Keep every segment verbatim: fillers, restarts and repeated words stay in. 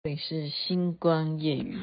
这里是星光夜雨。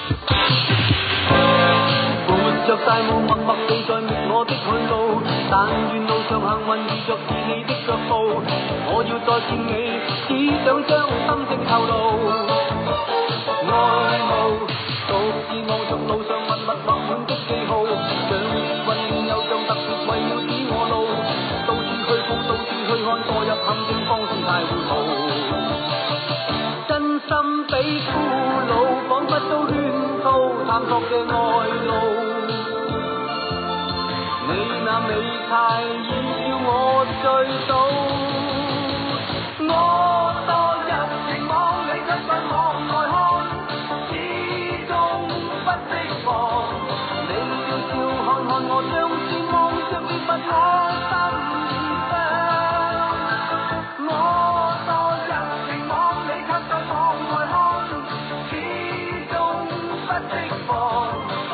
伴着大霧默默地在覓我的去路，但願路上幸運遇着是你的腳步。我要再見你，只想將心聲透露。愛慕獨自望着路上密密畫滿的記號，像運命又像特別為了指我路。到處去碰，到處去看，墮入陷阱，方向太糊塗。真心比俘虜，彷彿都圈套探索嘅愛路。你那美態已叫我醉倒，我墮入情網，你卻在網外看，始終不釋放。你笑笑看看我，像是望着獵物，我心已傷。我墮入情網，你卻在網外看，始終不釋放。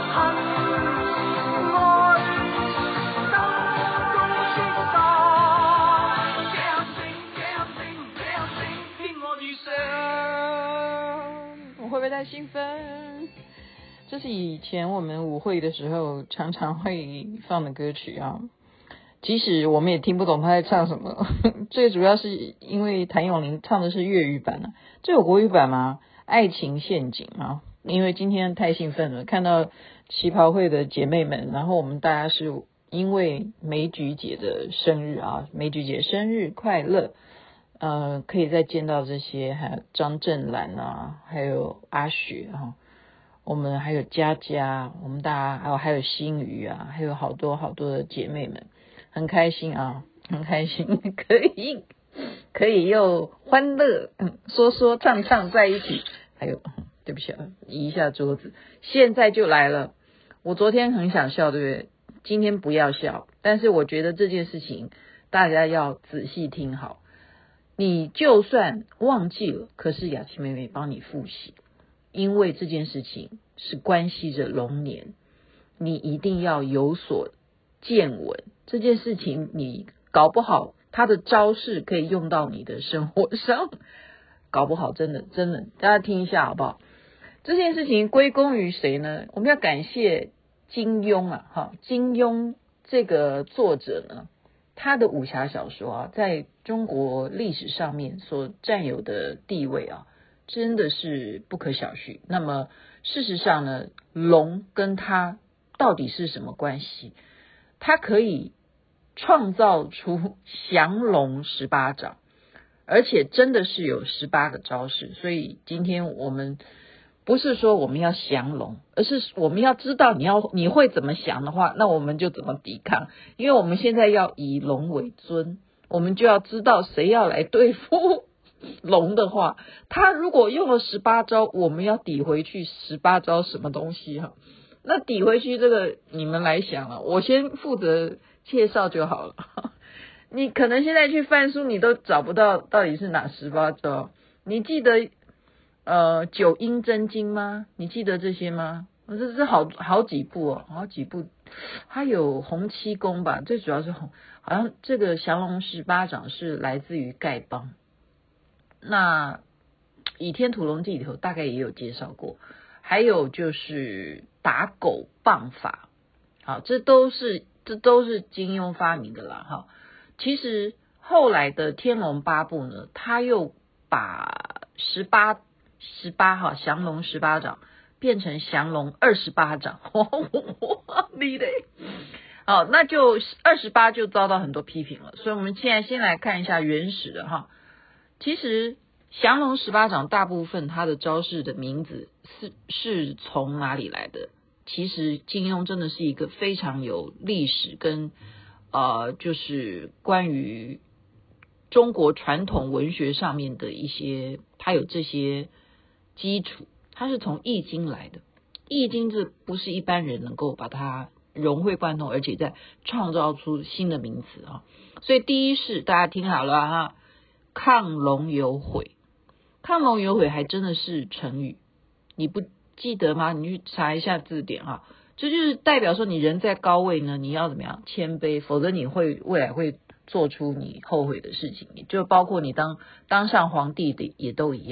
我会不会太兴奋？这是以前我们舞会的时候常常会放的歌曲啊，即使我们也听不懂他在唱什么，最主要是因为谭咏麟唱的是粤语版啊，这有国语版吗？爱情陷阱啊！因为今天太兴奋了，看到旗袍会的姐妹们，然后我们大家是因为梅菊姐的生日啊，梅菊姐生日快乐！呃，可以再见到这些，还有张正兰啊，还有阿雪啊，我们还有佳佳，我们大家还有还有心瑜啊，还有好多好多的姐妹们，很开心啊，很开心，可以可以又欢乐，嗯，说说唱唱在一起，还有对不起啊，移一下桌子，现在就来了。我昨天很想笑，对不对？今天不要笑，但是我觉得这件事情大家要仔细听好。你就算忘记了，可是雅琪妹妹帮你复习，因为这件事情是关系着龙年，你一定要有所见闻。这件事情你搞不好，他的招式可以用到你的生活上，搞不好真的真的，大家听一下好不好？这件事情归功于谁呢？我们要感谢金庸啊，哈，金庸这个作者呢，他的武侠小说啊，在中国历史上面所占有的地位啊，真的是不可小觑。那么事实上呢，龙跟他到底是什么关系？他可以创造出降龙十八掌，而且真的是有十八个招式。所以今天我们不是说我们要降龙，而是我们要知道你要你会怎么降的话，那我们就怎么抵抗。因为我们现在要以龙为尊，我们就要知道谁要来对付龙的话，他如果用了十八招，我们要抵回去十八招什么东西哈？那抵回去这个你们来想啊，我先负责介绍就好了。你可能现在去翻书，你都找不到到底是哪十八招。你记得呃九阴真经吗？你记得这些吗？这是好好几部哦，好几部。还有洪七公吧，最主要是洪，好像这个降龙十八掌是来自于丐帮。那倚天屠龙记里头大概也有介绍过。还有就是打狗棒法，好，这都是这都是金庸发明的啦哈。其实后来的天龙八部呢，他又把十八十八哈降龙十八掌变成降龙二十八掌，厉害！好，那就二十八就遭到很多批评了。所以我们现在先来看一下原始的哈。其实降龙十八掌大部分它的招式的名字是是从哪里来的？其实金庸真的是一个非常有历史跟呃，就是关于中国传统文学上面的一些，它有这些基础，它是从易经来的。易经这不是一般人能够把它融会贯通，而且再创造出新的名词啊。所以第一是大家听好了哈，亢龙有悔。亢龙有悔还真的是成语，你不记得吗？你去查一下字典啊。这就是代表说你人在高位呢，你要怎么样谦卑，否则你会未来会做出你后悔的事情。就包括你当当上皇帝的也都一样啊，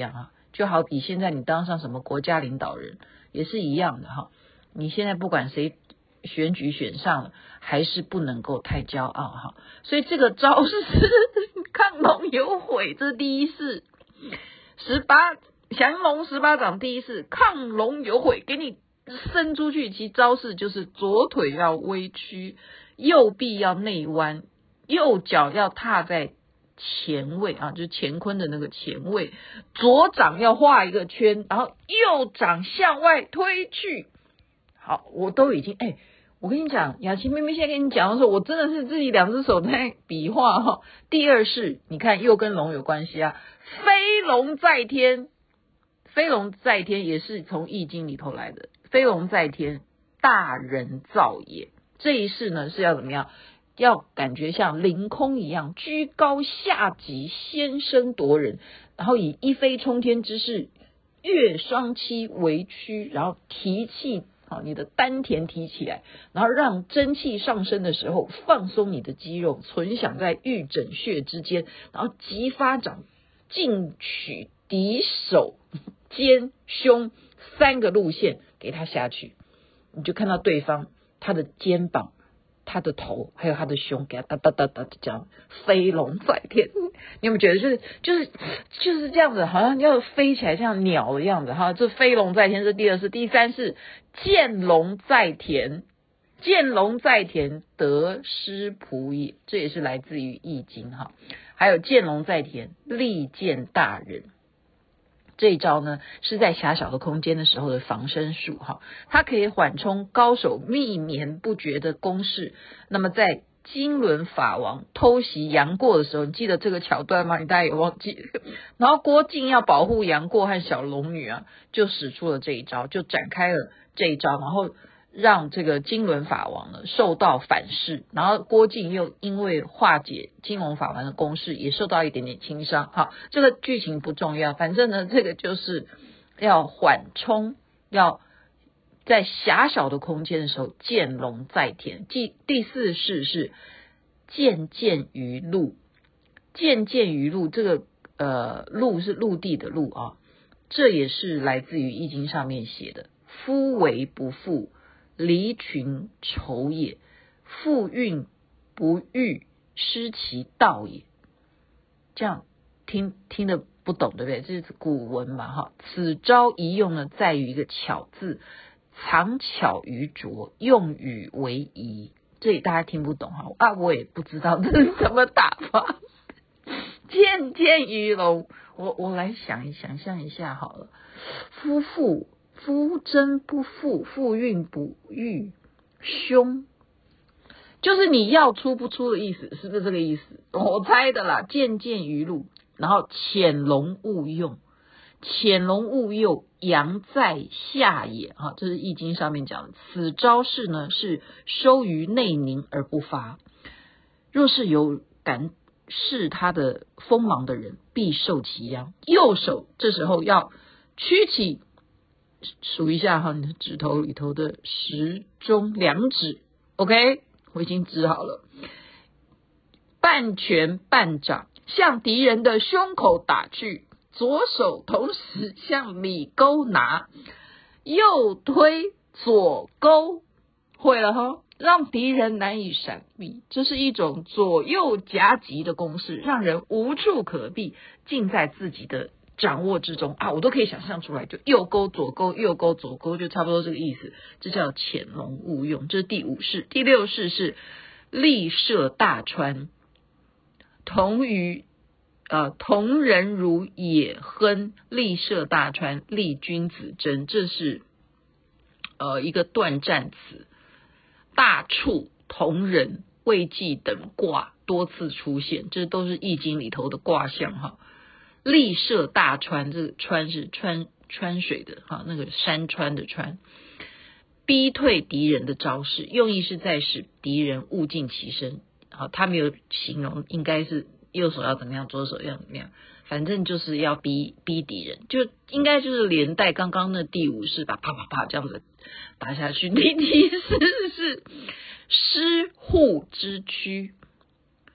就好比现在你当上什么国家领导人也是一样的哈，你现在不管谁选举选上了，还是不能够太骄傲哈。所以这个招式亢龙有悔，这是第一式。十八降龙十八掌第一式，亢龙有悔，给你伸出去。其招式就是左腿要微曲，右臂要内弯，右脚要踏在前位啊，就是乾坤的那个前位，左掌要画一个圈，然后右掌向外推去。好，我都已经哎，我跟你讲，雅琪妹妹现在跟你讲的时候，我真的是自己两只手在比划哈、哦。第二式，你看又跟龙有关系啊，飞龙在天，飞龙在天也是从易经里头来的，飞龙在天，大人造也。这一式呢是要怎么样？要感觉像凌空一样，居高下级，先声夺人，然后以一飞冲天之势，跃双膝为屈，然后提气。好，你的丹田提起来，然后让真气上升的时候，放松你的肌肉，存想在玉枕穴之间，然后急发掌，进取敌手肩胸三个路线给他下去，你就看到对方他的肩膀、他的头还有他的胸，给他哒哒哒哒这样飞龙在天。你有没有觉得就是就是就是这样子，好像要飞起来像鸟的样子哈？这飞龙在天是第二式，第三是见龙在田，见龙在田得失仆也，这也是来自于易经哈。还有见龙在田，利见大人。这一招呢是在狭小的空间的时候的防身术哈，它可以缓冲高手密绵不绝的攻势。那么在金轮法王偷袭杨过的时候，你记得这个桥段吗？你大概也忘记了。然后郭靖要保护杨过和小龙女啊，就使出了这一招，就展开了这一招，然后让这个金轮法王呢受到反噬，然后郭靖又因为化解金轮法王的攻势，也受到一点点轻伤。好，这个剧情不重要，反正呢，这个就是要缓冲，要在狭小的空间的时候见龙在田。第第四式是渐渐于陆，渐渐于陆，这个呃陆是陆地的陆啊，这也是来自于易经上面写的，夫为不富，离群丑也，复运不遇，失其道也。这样听听得不懂对不对？这是古文嘛哈。此招一用呢，在于一个巧字，藏巧于拙，用语为宜。这里大家听不懂哈啊，我也不知道这是怎么打法。渐渐于龙，我我来想一想象一下好了。夫妇夫真不富，妇运不遇，凶就是你要出不出的意思，是不是这个意思？我猜的啦。渐渐于陆，然后潜龙勿用，潜龙勿用，阳在下也啊，这是易经上面讲的。此招式呢是收于内宁而不发，若是有敢视他的锋芒的人，必受其殃。右手这时候要屈起，数一下哈，你的指头里头的时中两指 ，OK， 我已经指好了。半拳半掌向敌人的胸口打去，左手同时向里勾拿，右推左勾，会了哈，让敌人难以闪避。这是一种左右夹击的攻势，让人无处可避，尽在自己的掌握之中啊！我都可以想象出来，就右勾左勾，右勾左勾，就差不多这个意思。这叫潜龙勿用，这是第五式。第六式是力射大川，同于呃同人如野亨，力射大川，立君子争。这是呃一个断战词。大处、同人、未济等卦多次出现，这都是易经里头的卦象哈。力射大川，这个川是川川水的哈，那个山川的川。逼退敌人的招式，用意是在使敌人物尽其身。好，他没有形容应该是右手要怎么样，左手要怎么样，反正就是要逼逼敌人，就应该就是连带刚刚那第五式吧，啪啪啪这样子打下去。第七式是失户之躯，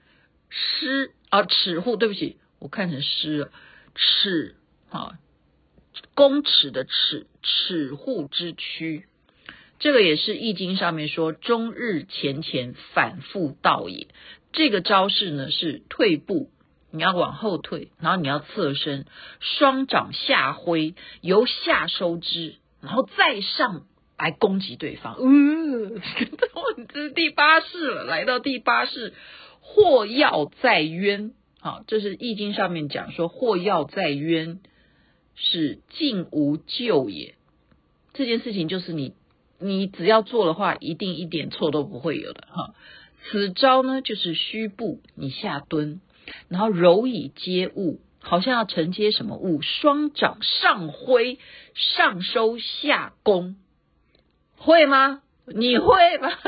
失啊齿户，对不起，我看成失了，齿啊公尺的尺，尺户之区。这个也是易经上面说终日前前反复道也。这个招式呢是退步，你要往后退，然后你要侧身，双掌下挥，由下收之，然后再上来攻击对方。呃，这是第八式了，来到第八式，或要在渊。好，这是易经上面讲说或要在渊是尽无咎也。这件事情就是你你只要做的话，一定一点错都不会有的哈。此招呢，就是虚步，你下蹲，然后柔以接物，好像要承接什么物，双掌上挥，上收下攻，会吗？你会吗？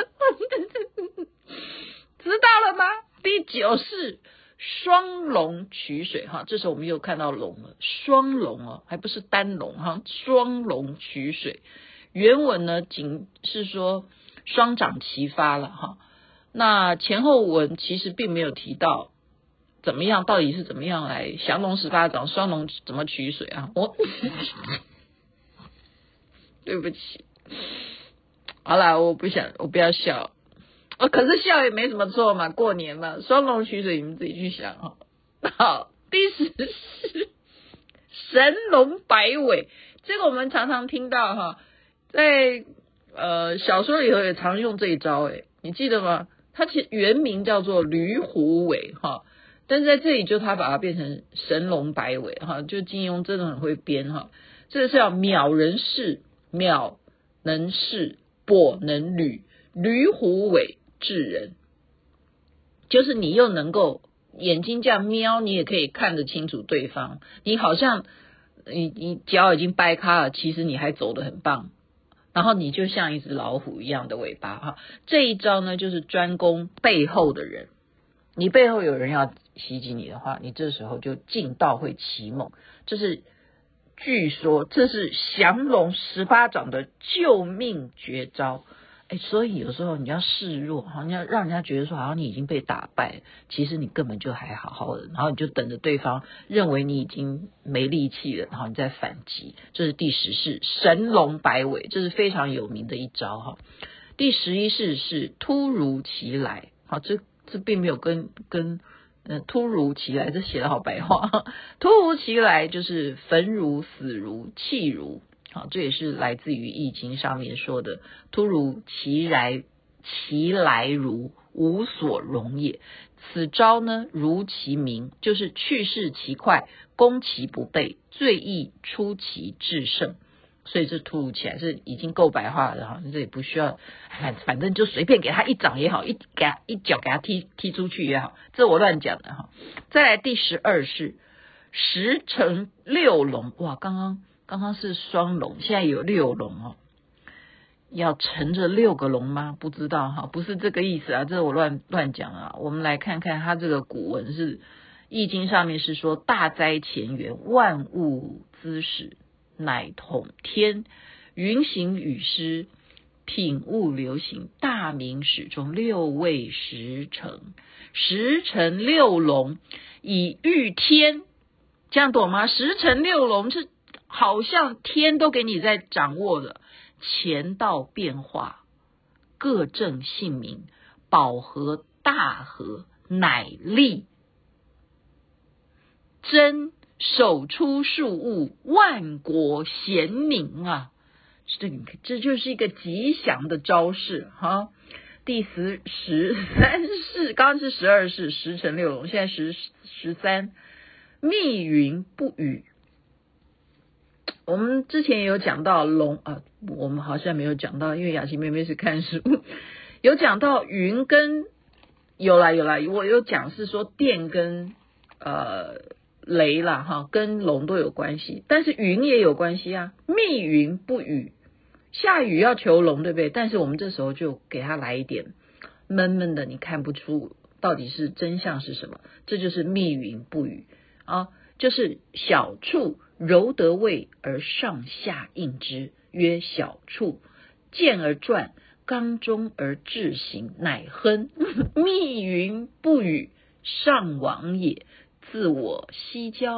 知道了吗？第九式双龙取水哈，这时候我们又看到龙了，双龙哦，还不是单龙哈，双龙取水。原文呢仅是说双掌齐发了哈，那前后文其实并没有提到怎么样，到底是怎么样来降龙十八掌，双龙怎么取水啊？我对不起，好啦，我不想，我不要笑，哦，可是笑也没什么错嘛，过年嘛，双龙取水，你们自己去想哈。好，第十是神龙摆尾，这个我们常常听到哈。在呃小说里头也常用这一招，诶，你记得吗？它其实原名叫做驴虎尾哈，但是在这里就他把它变成神龙摆尾哈，就金庸真的很会编哈。这个是要秒人事，秒能事，跛能履，驴虎尾治人，就是你又能够眼睛这样瞄，你也可以看得清楚对方，你好像你你脚已经掰开了，其实你还走得很棒。然后你就像一只老虎一样的尾巴哈，这一招呢就是专攻背后的人，你背后有人要袭击你的话，你这时候就劲道会奇猛，这是据说这是降龙十八掌的救命绝招。哎，所以有时候你要示弱，好像要让人家觉得说好像你已经被打败，其实你根本就还好好的，然后你就等着对方认为你已经没力气了，然后你再反击。这是第十式神龙摆尾，这是非常有名的一招哈。第十一式是突如其来，好，这这并没有跟跟呃突如其来，这写的好白话。突如其来就是焚如死如弃如。好，这也是来自于易经上面说的突如其来，其来如无所容也。此招呢如其名，就是去势其快，攻其不备，最易出奇制胜。所以这突如其来是已经够白话了哈，这也不需要，反正就随便给他一掌也好，一给他一脚给他踢踢出去也好，这我乱讲的哈。再来第十二式十乘六龙，哇，刚刚刚刚是双龙，现在有六龙哦，要乘着六个龙吗？不知道哈，不是这个意思啊，这我乱乱讲啊。我们来看看它这个古文是易经上面是说大灾前元，万物滋始，乃统天，云行雨施，品物流行，大明始终，六位十成，十乘六龙以御天，这样懂吗？十乘六龙是好像天都给你在掌握的，乾道变化，各正性明，保和大和，乃利真手出数物，万国贤明啊！这这就是一个吉祥的招式哈。第十十三式，刚刚是十二式，十乘六龙，现在十十三，密云不雨。我们之前也有讲到龙啊，我们好像没有讲到，因为雅琪妹妹是看书，有讲到云跟有啦有啦，我有讲是说电跟呃雷啦哈，跟龙都有关系，但是云也有关系啊。密云不雨，下雨要求龙，对不对？但是我们这时候就给它来一点闷闷的，你看不出到底是真相是什么，这就是密云不雨啊，就是小处柔得位而上下应之，曰小处；见而转，刚中而志行，乃亨。密云不雨，上往也。自我西郊，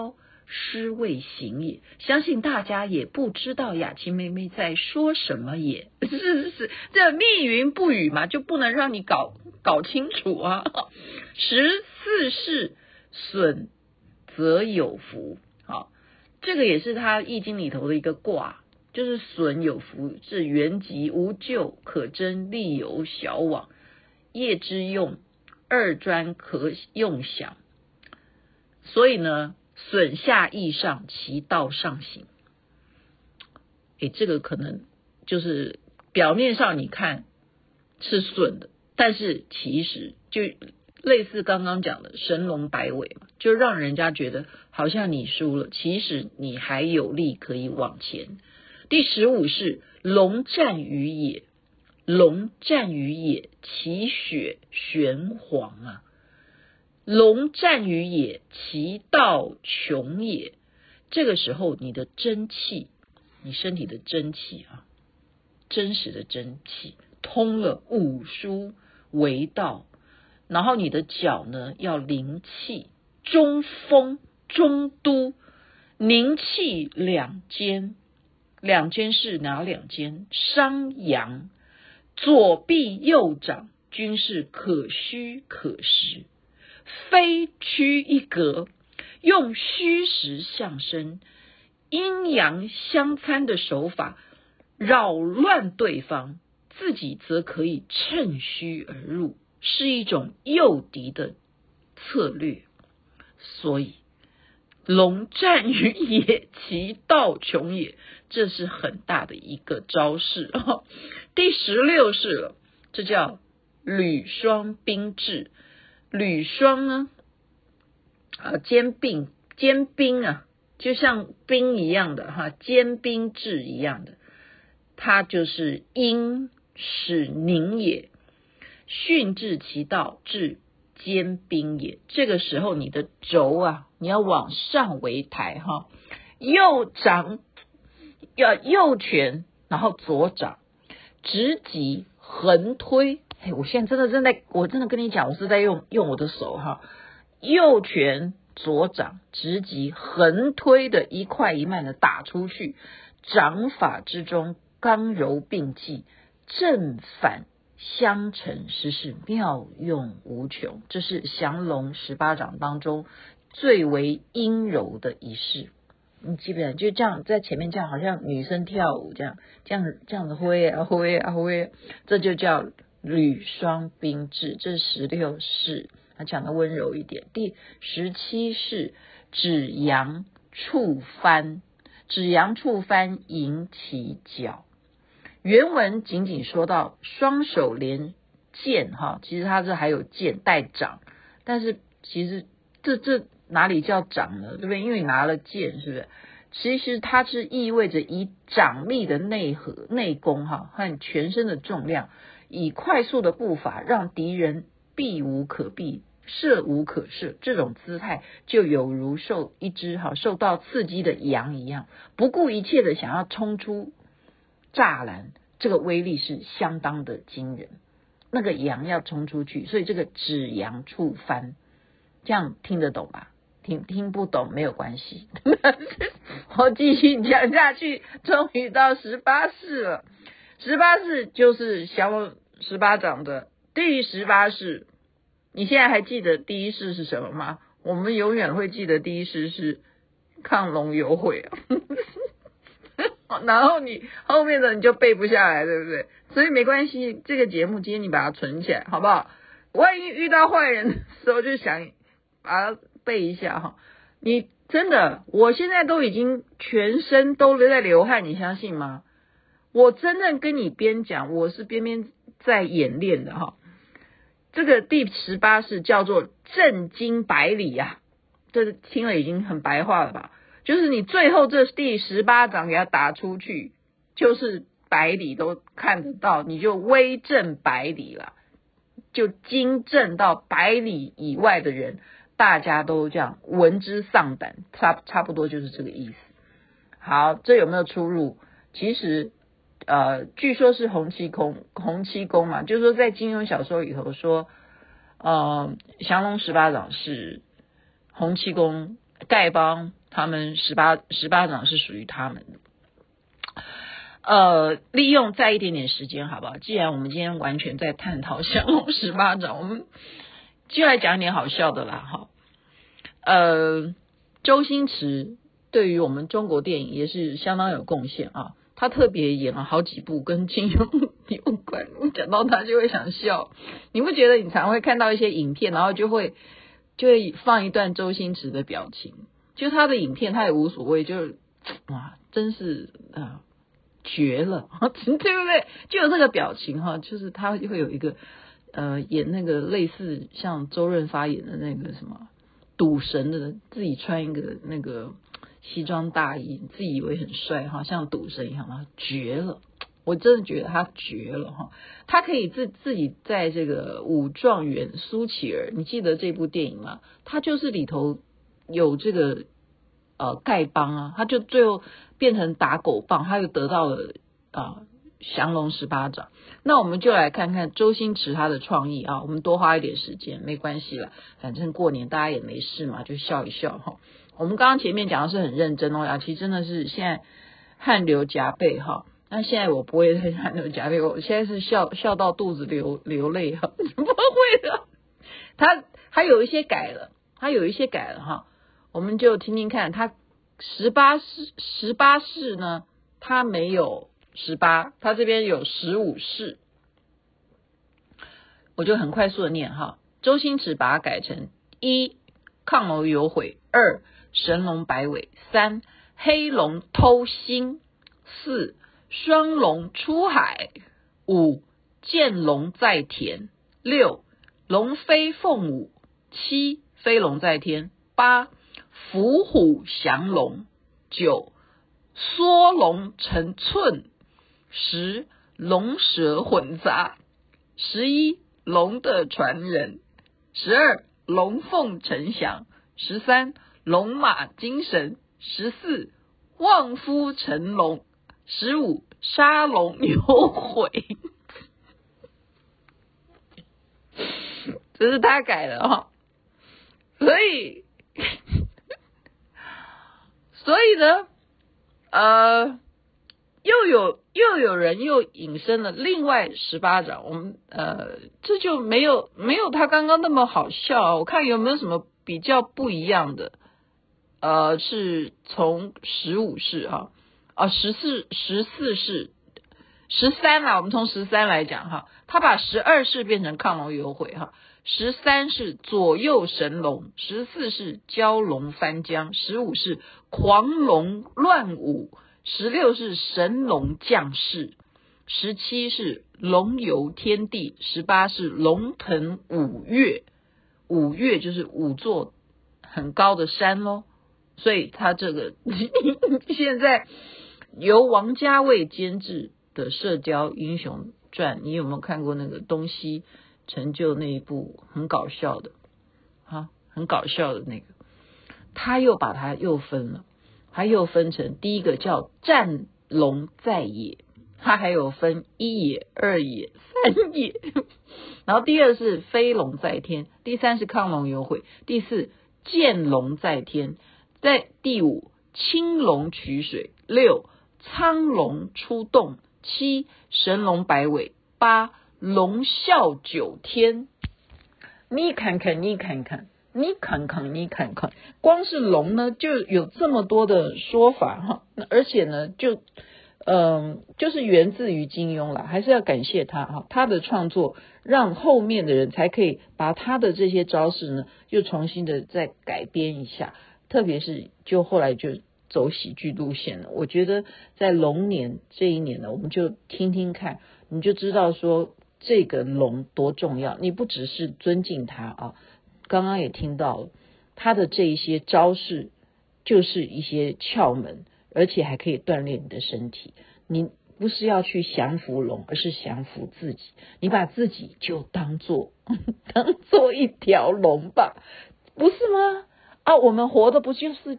诗未行也。相信大家也不知道雅琪妹妹在说什么也。是是是，这密云不语嘛，就不能让你搞搞清楚啊。十四是损则有福，好，这个也是他易经里头的一个卦，就是损有福，是原籍无咎，可贞，利有小往，业之用，二专可用享。所以呢，损下益上，其道上行。诶，这个可能就是表面上你看是损的，但是其实就类似刚刚讲的神龙摆尾嘛，就让人家觉得好像你输了，其实你还有力可以往前。第十五是龙战于野，龙战于野，其血玄黄啊。龙战于野，其道穷也。这个时候你的真气，你身体的真气啊，真实的真气通了五输为道，然后你的脚呢要灵气，中风中都，宁气两肩。两肩是哪两肩？商阳，左臂右掌，均是可虚可实，非屈一格，用虚实相生，阴阳相参的手法扰乱对方，自己则可以趁虚而入，是一种诱敌的策略。所以龙战于野，其道穷也，这是很大的一个招式。哦、第十六式了，这叫履霜冰制。履霜呢，啊，兼并兼兵啊，就像兵一样的哈，兼兵制一样的，它就是阴使凝也，训治其道，治兼兵也。这个时候你的轴啊，你要往上为抬哈，右掌要右拳，然后左掌直击横推。哎，我现在真的正在，我真的跟你讲，我是在用用我的手哈，右拳左掌直击横推的一快一慢的打出去，掌法之中刚柔并济，正反相成，实是妙用无穷。这是降龙十八掌当中最为阴柔的一式。你基本上就这样在前面，这样好像女生跳舞这样，这样这样子挥啊挥啊挥啊，这就叫履霜冰制。这是十六式，他讲的温柔一点。第十七式指阳触翻，指阳触翻迎其脚。原文仅仅说到双手连剑哈，其实它这还有剑带掌，但是其实这这哪里叫掌呢？对不对？因为你拿了剑，是不是？其实它是意味着以掌力的内核内功哈和全身的重量，以快速的步伐让敌人避无可避，射无可射，这种姿态就有如受一只哈受到刺激的羊一样，不顾一切的想要冲出栅栏，这个威力是相当的惊人。那个羊要冲出去，所以这个指羊触翻，这样听得懂吧？听听不懂没有关系，我继续讲下去。终于到十八式了，十八式就是降龙十八掌的第十八式。你现在还记得第一式是什么吗？我们永远会记得第一式是亢龙有悔啊。然后你后面的你就背不下来，对不对？所以没关系，这个节目今天你把它存起来，好不好？万一遇到坏人的时候，就想把它背一下哈。你真的，我现在都已经全身都在流汗，你相信吗？我真正跟你边讲，我是边边在演练的哈。这个第十八式叫做震惊百里啊，这听了已经很白话了吧？就是你最后这第十八掌给它打出去，就是百里都看得到，你就威震百里了，就惊震到百里以外的人，大家都这样闻之丧胆，差差不多就是这个意思。好，这有没有出入？其实呃，据说是洪七公，洪七公嘛，就是说在金庸小说里头说，呃，降龙十八掌是洪七公丐帮他们十八十八掌是属于他们的。呃，利用再一点点时间，好不好？既然我们今天完全在探讨降龙十八掌，我们就来讲一点好笑的啦，哈。呃，周星驰对于我们中国电影也是相当有贡献啊。他特别演了好几部跟金庸有关，我讲到他就会想笑。你不觉得你常会看到一些影片，然后就会就会放一段周星驰的表情，就他的影片他也无所谓，就是哇，真是啊。绝了，对不对？就有这个表情哈，就是他会有一个呃演那个类似像周润发演的那个什么赌神的，自己穿一个那个西装大衣，自己以为很帅哈，像赌神一样，他绝了！我真的觉得他绝了哈，他可以自自己在这个武状元苏乞儿，你记得这部电影吗？他就是里头有这个。呃，丐帮啊，他就最后变成打狗棒，他又得到了啊降龙十八掌。那我们就来看看周星驰他的创意啊，我们多花一点时间没关系了，反正过年大家也没事嘛，就笑一笑哈。我们刚刚前面讲的是很认真哦，雅琪真的是现在汗流浃背哈。那现在我不会再汗流浃背，我现在是笑笑到肚子流流泪哈，不会的。他他有一些改了，他有一些改了哈。我们就听听看，他十八式十八式呢，他没有十八，他这边有十五式，我就很快速的念哈。周星驰把它改成一亢龙有悔，二神龙摆尾，三黑龙偷腥，四双龙出海，五见龙在田，六龙飞凤舞，七飞龙在天，八伏虎降龙，九缩龙成寸，十龙蛇混杂，十一龙的传人，十二龙凤呈祥，十三龙马精神，十四望夫成龙，十五杀龙有悔。这是他改的哈、哦，所以所以呢，呃，又有又有人又引申了另外十八掌，我们呃这就没有没有他刚刚那么好笑，我看有没有什么比较不一样的，呃，是从十五式啊啊十四十四式十三啦，我们从十三来讲哈，他把十二式变成亢龙有悔哈。十三是左右神龙，十四是蛟龙翻江，十五是狂龙乱舞，十六是神龙降世，十七是龙游天地，十八是龙腾五岳，五岳就是五座很高的山咯，所以他这个现在由王家卫监制的《射雕英雄传》，你有没有看过那个东西成就那一部很搞笑的啊，很搞笑的那个，他又把它又分了，他又分成第一个叫战龙在野，他还有分一野、二野、三野，然后第二是飞龙在天，第三是亢龙有悔，第四见龙在天，在第五青龙取水，六苍龙出洞，七神龙摆尾，八龙啸九天。你看看你看看你看看你看看，光是龙呢就有这么多的说法哈，而且呢就嗯、呃，就是源自于金庸啦，还是要感谢他哈，他的创作让后面的人才可以把他的这些招式呢又重新的再改编一下，特别是就后来就走喜剧路线了。我觉得在龙年这一年呢，我们就听听看，你就知道说这个龙多重要。你不只是尊敬他啊，刚刚也听到了他的这一些招式就是一些窍门，而且还可以锻炼你的身体。你不是要去降服龙，而是降服自己，你把自己就当做当做一条龙吧，不是吗？啊，我们活的不就是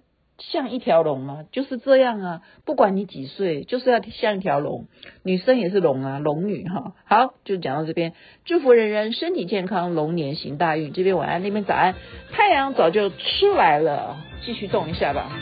像一条龙吗？就是这样啊，不管你几岁，就是要像一条龙。女生也是龙啊，龙女哈。好，就讲到这边，祝福人人身体健康，龙年行大运。这边晚安，那边早安，太阳早就出来了，继续动一下吧。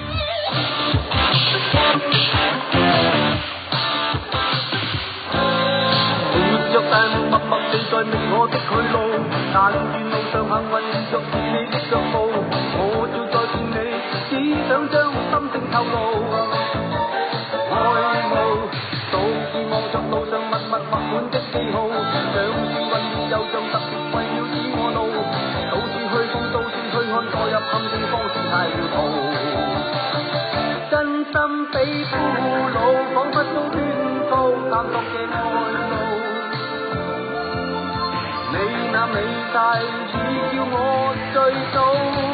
着大霧默默地在覓我的去路，但願路上幸運遇着是你的腳步，我要再見你，只想將心聲透露。愛慕獨自望着路上密密畫滿的記號，像是運氣又像特別為了指我路，到處去觀到處去看，墮入陷阱方是太潦套。真心比俘虜，彷彿都圈套，探索這愛路。你那美態已叫我醉倒，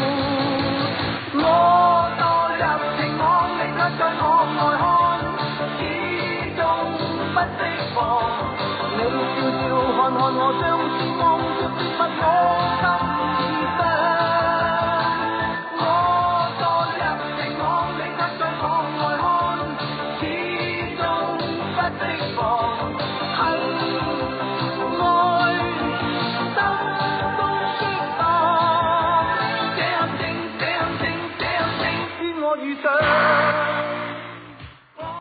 我墮入情網，你卻在我外看，始終不釋放。你笑笑看看我，像是望着獵物，我心傷。我墮入情網，你卻在我外看，始終不釋放。恨愛這樣情，這樣情，這樣情，願我遇上。